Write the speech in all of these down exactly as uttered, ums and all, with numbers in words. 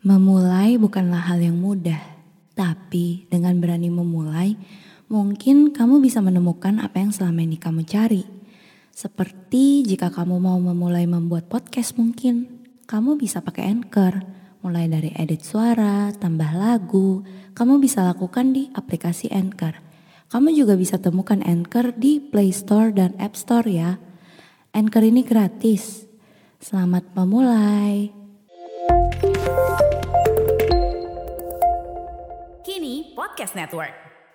Memulai bukanlah hal yang mudah, tapi dengan berani memulai, mungkin kamu bisa menemukan apa yang selama ini kamu cari. Seperti jika kamu mau memulai membuat podcast mungkin, kamu bisa pakai Anchor. Mulai dari edit suara, tambah lagu, kamu bisa lakukan di aplikasi Anchor. Kamu juga bisa temukan Anchor di Play Store dan App Store ya. Anchor ini gratis. Selamat memulai. Kini Podcast Network.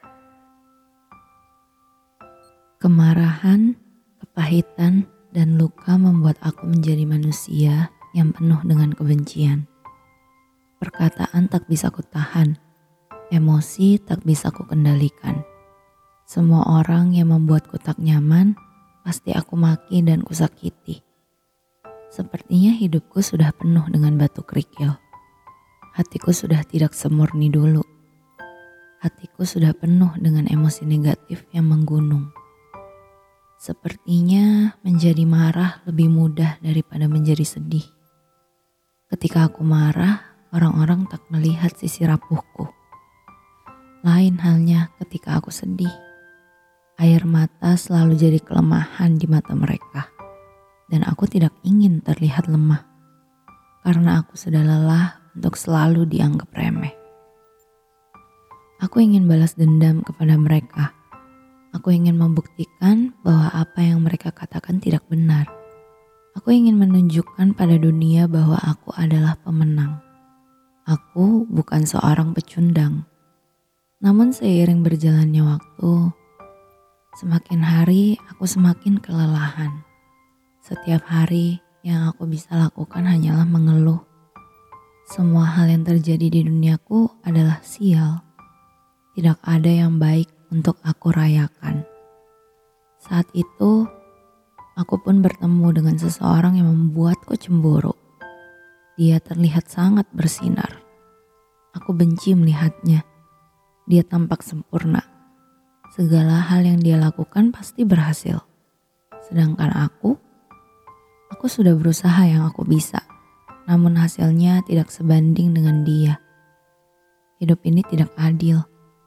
Kemarahan, kepahitan, dan luka membuat aku menjadi manusia yang penuh dengan kebencian. Perkataan tak bisa kutahan, emosi tak bisa kukendalikan. Semua orang yang membuatku tak nyaman, pasti aku maki dan kusakiti. Sepertinya hidupku sudah penuh dengan batu kerikil. Hatiku sudah tidak semurni dulu. Hatiku sudah penuh dengan emosi negatif yang menggunung. Sepertinya menjadi marah lebih mudah daripada menjadi sedih. Ketika aku marah, orang-orang tak melihat sisi rapuhku. Lain halnya ketika aku sedih. Air mata selalu jadi kelemahan di mata mereka. Dan aku tidak ingin terlihat lemah. Karena aku sudah lelah untuk selalu dianggap remeh. Aku ingin balas dendam kepada mereka. Aku ingin membuktikan bahwa apa yang mereka katakan tidak benar. Aku ingin menunjukkan pada dunia bahwa aku adalah pemenang. Aku bukan seorang pecundang. Namun seiring berjalannya waktu, semakin hari aku semakin kelelahan. Setiap hari yang aku bisa lakukan hanyalah mengeluh. Semua hal yang terjadi di duniaku adalah sial. Tidak ada yang baik untuk aku rayakan. Saat itu, aku pun bertemu dengan seseorang yang membuatku cemburu. Dia terlihat sangat bersinar. Aku benci melihatnya. Dia tampak sempurna. Segala hal yang dia lakukan pasti berhasil. Sedangkan aku, aku sudah berusaha yang aku bisa. Namun hasilnya tidak sebanding dengan dia. Hidup ini tidak adil.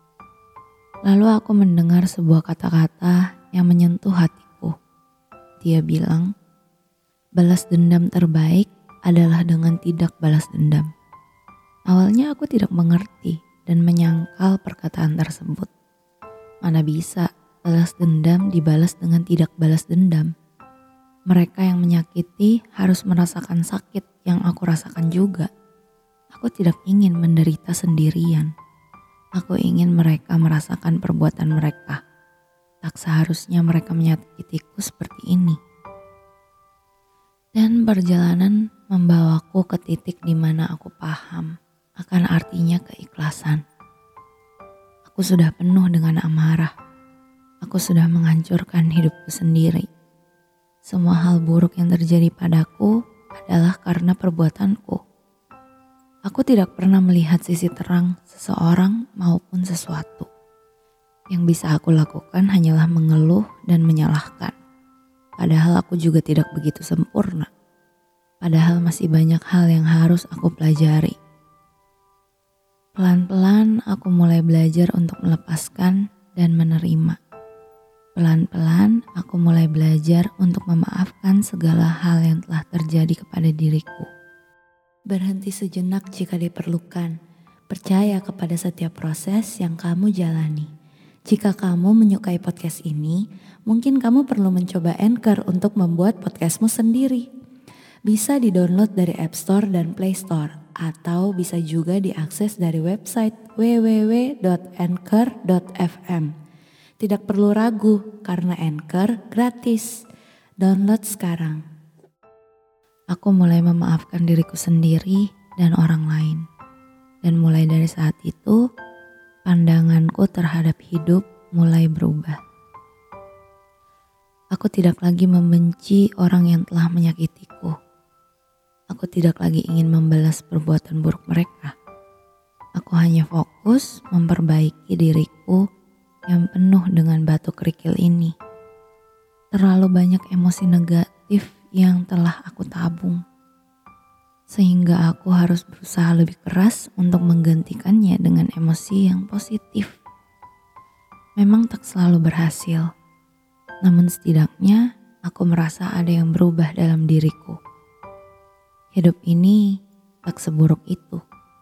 Lalu aku mendengar sebuah kata-kata yang menyentuh hatiku. Dia bilang, balas dendam terbaik adalah dengan tidak balas dendam. Awalnya aku tidak mengerti dan menyangkal perkataan tersebut. Mana bisa balas dendam dibalas dengan tidak balas dendam. Mereka yang menyakiti harus merasakan sakit yang aku rasakan juga. Aku tidak ingin menderita sendirian. Aku ingin mereka merasakan perbuatan mereka. Tak seharusnya mereka menyakitiku seperti ini. Dan perjalanan membawaku ke titik di mana aku paham akan artinya keikhlasan. Aku sudah penuh dengan amarah. Aku sudah menghancurkan hidupku sendiri. Semua hal buruk yang terjadi padaku adalah karena perbuatanku. Aku tidak pernah melihat sisi terang seseorang maupun sesuatu. Yang bisa aku lakukan hanyalah mengeluh dan menyalahkan. Padahal aku juga tidak begitu sempurna. Padahal masih banyak hal yang harus aku pelajari. Pelan-pelan aku mulai belajar untuk melepaskan dan menerima. Pelan-pelan aku mulai belajar untuk memaafkan segala hal yang telah terjadi kepada diriku. Berhenti sejenak jika diperlukan. Percaya kepada setiap proses yang kamu jalani. Jika kamu menyukai podcast ini, mungkin kamu perlu mencoba Anchor untuk membuat podcastmu sendiri. Bisa di-download dari App Store dan Play Store, atau bisa juga diakses dari website w w w dot anchor dot f m. Tidak perlu ragu, karena Anchor gratis. Download sekarang. Aku mulai memaafkan diriku sendiri dan orang lain. Dan mulai dari saat itu, pandanganku terhadap hidup mulai berubah. Aku tidak lagi membenci orang yang telah menyakitiku. Aku tidak lagi ingin membalas perbuatan buruk mereka. Aku hanya fokus memperbaiki diriku yang penuh dengan batu kerikil ini. Terlalu banyak emosi negatif yang telah aku tabung. sehingga aku harus berusaha lebih keras untuk menggantikannya dengan emosi yang positif. Memang tak selalu berhasil, namun setidaknya aku merasa ada yang berubah dalam diriku. Hidup ini tak seburuk itu.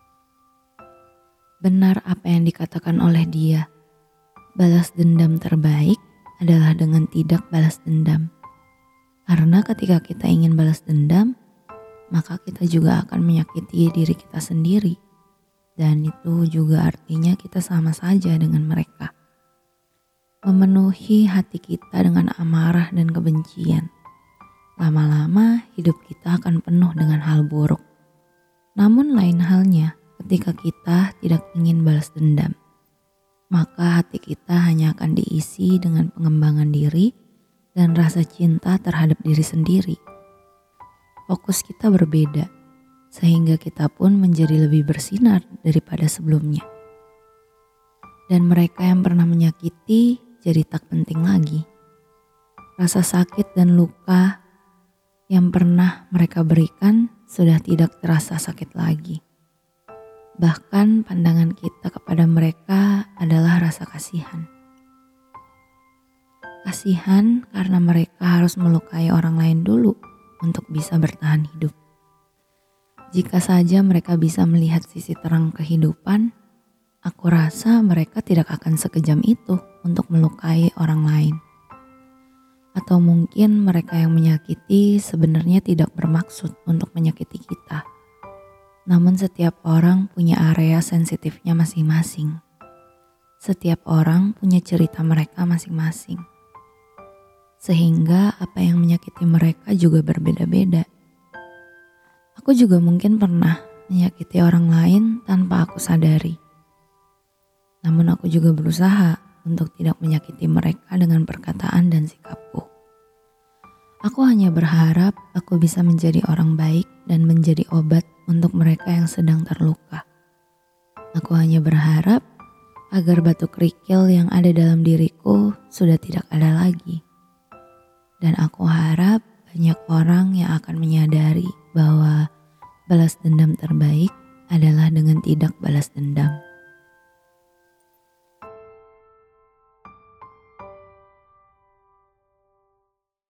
Benar apa yang dikatakan oleh dia, balas dendam terbaik adalah dengan tidak balas dendam. Karena ketika kita ingin balas dendam, maka kita juga akan menyakiti diri kita sendiri. Dan itu juga artinya kita sama saja dengan mereka. Memenuhi hati kita dengan amarah dan kebencian. Lama-lama hidup kita akan penuh dengan hal buruk. Namun lain halnya ketika kita tidak ingin balas dendam. Maka hati kita hanya akan diisi dengan pengembangan diri dan rasa cinta terhadap diri sendiri. Fokus kita berbeda, sehingga kita pun menjadi lebih bersinar daripada sebelumnya. Dan mereka yang pernah menyakiti jadi tak penting lagi. Rasa sakit dan luka yang pernah mereka berikan sudah tidak terasa sakit lagi. Bahkan pandangan kita kepada mereka adalah rasa kasihan. Kasihan karena mereka harus melukai orang lain dulu untuk bisa bertahan hidup. Jika saja mereka bisa melihat sisi terang kehidupan, aku rasa mereka tidak akan sekejam itu untuk melukai orang lain. Atau mungkin mereka yang menyakiti sebenarnya tidak bermaksud untuk menyakiti kita. Namun setiap orang punya area sensitifnya masing-masing. Setiap orang punya cerita mereka masing-masing. Sehingga apa yang menyakiti mereka juga berbeda-beda. Aku juga mungkin pernah menyakiti orang lain tanpa aku sadari. Namun aku juga berusaha untuk tidak menyakiti mereka dengan perkataan dan sikapku. Aku hanya berharap aku bisa menjadi orang baik dan menjadi obat untuk mereka yang sedang terluka. Aku hanya berharap agar batu kerikil yang ada dalam diriku sudah tidak ada lagi. Dan aku harap banyak orang yang akan menyadari bahwa balas dendam terbaik adalah dengan tidak balas dendam.